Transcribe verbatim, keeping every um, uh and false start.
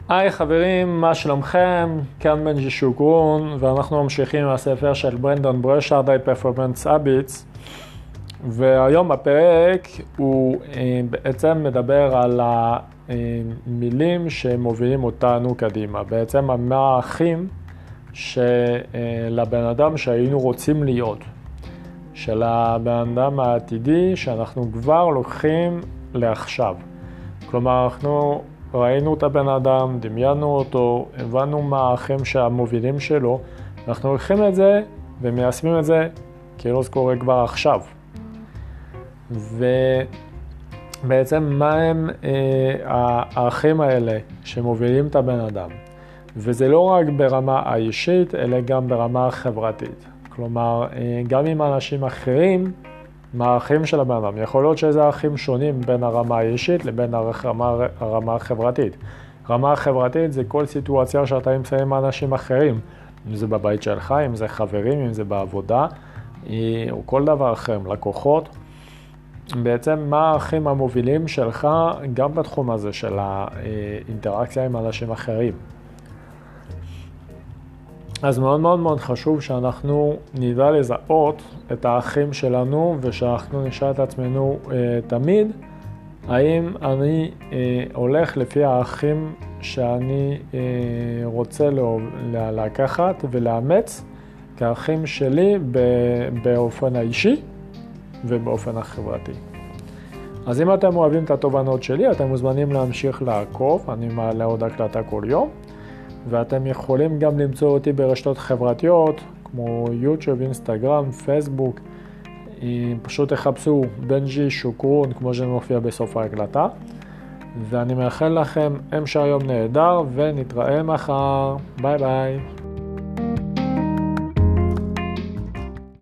היי חברים, מה שלומכם? כאן בנג'י שוקרון, ואנחנו ממשיכים מהספר של ברנדון ברשארד, High Performance Habits, והיום הפרק הוא בעצם מדבר על המילים שמובילים אותנו קדימה, בעצם המערכים שלבן אדם שהיינו רוצים להיות, של הבן אדם העתידי שאנחנו כבר לוקחים לעכשיו. כלומר, אנחנו ראינו את הבן אדם, דמיינו אותו, הבנו מה הערכים שהמובילים שלו, אנחנו לוקחים את זה ומיישמים את זה כאילו זה קורה כבר עכשיו. ובעצם מה הם אה, הערכים האלה שמובילים את הבן אדם? וזה לא רק ברמה האישית, אלא גם ברמה החברתית. כלומר, אה, גם עם אנשים אחרים, מה הערכים של הבן אדם. יכול להיות שזה ערכים שונים בין הרמה האישית לבין הרמה, הרמה החברתית. הרמה החברתית זה כל סיטואציה שאתה נמצא עם אנשים אחרים. אם זה בבית שלך, אם זה חברים, אם זה בעבודה, או כל דבר אחר, לקוחות. בעצם מה הערכים המובילים שלך גם בתחום הזה של האינטראקציה עם אנשים אחרים. אז מאוד מאוד מאוד חשוב שאנחנו נדע לזהות את הערכים שלנו ושאנחנו נשאל את עצמנו אה, תמיד האם אני אה, הולך לפי הערכים שאני אה, רוצה לא, לקחת ולאמץ כערכים שלי באופן האישי ובאופן החברתי. אז אם אתם אוהבים את התובנות שלי, אתם מוזמנים להמשיך לעקוב, אני מעלה עוד הקלטה כל יום. ואתם יכולים גם למצוא אותי ברשתות חברתיות, כמו יוטיוב, אינסטגרם, פייסבוק. פשוט תחפשו בנג'י שוקרון, כמו שמופיע בסוף ההקלטה. ואני מאחל לכם המשך יום נהדר, ונתראה מחר. ביי ביי.